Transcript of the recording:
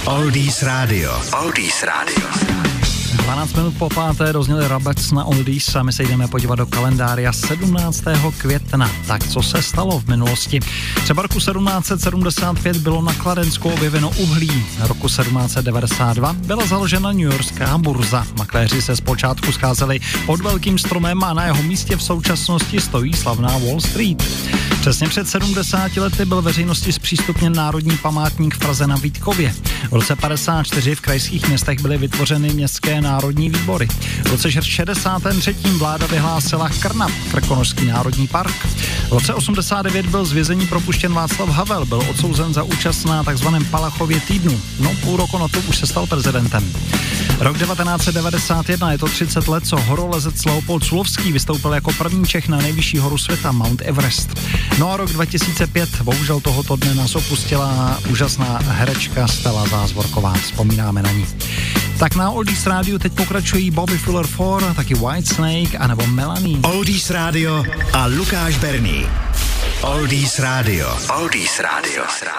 Oldies Radio. Oldies Radio. 12 minut po páté dozněli Rabec na Oldies a my se jdeme podívat do kalendária 17. května. Tak co se stalo v minulosti? Třeba roku 1775 bylo na Kladensku objeveno uhlí. Roku 1792 byla založena newyorská burza. Makléři se zpočátku scházeli pod velkým stromem a na jeho místě v současnosti stojí slavná Wall Street. Přesně před 70 lety byl veřejnosti zpřístupněn národní památník v Praze na Vítkově. V roce 54 v krajských městech byly vytvořeny městské národní výbory. V roce 63. vláda vyhlásila KRNAP, Krkonošský národní park. V roce 89 byl z vězení propuštěn Václav Havel, byl odsouzen za účast na takzvaném Palachově týdnu. Půl roku na to už se stal prezidentem. Rok 1991, je to 30 let, co horolezec Leopold Sulovský vystoupil jako první Čech na nejvyšší horu světa, Mount Everest. A rok 2005, bohužel tohoto dne nás opustila úžasná herečka Stella Zázvorková, vzpomínáme na ní. Tak na Oldies Radio teď pokračují Bobby Fuller 4, taky Whitesnake anebo Melanie. Oldies Radio a Lukáš Berný. Oldies Radio. Oldies Radio.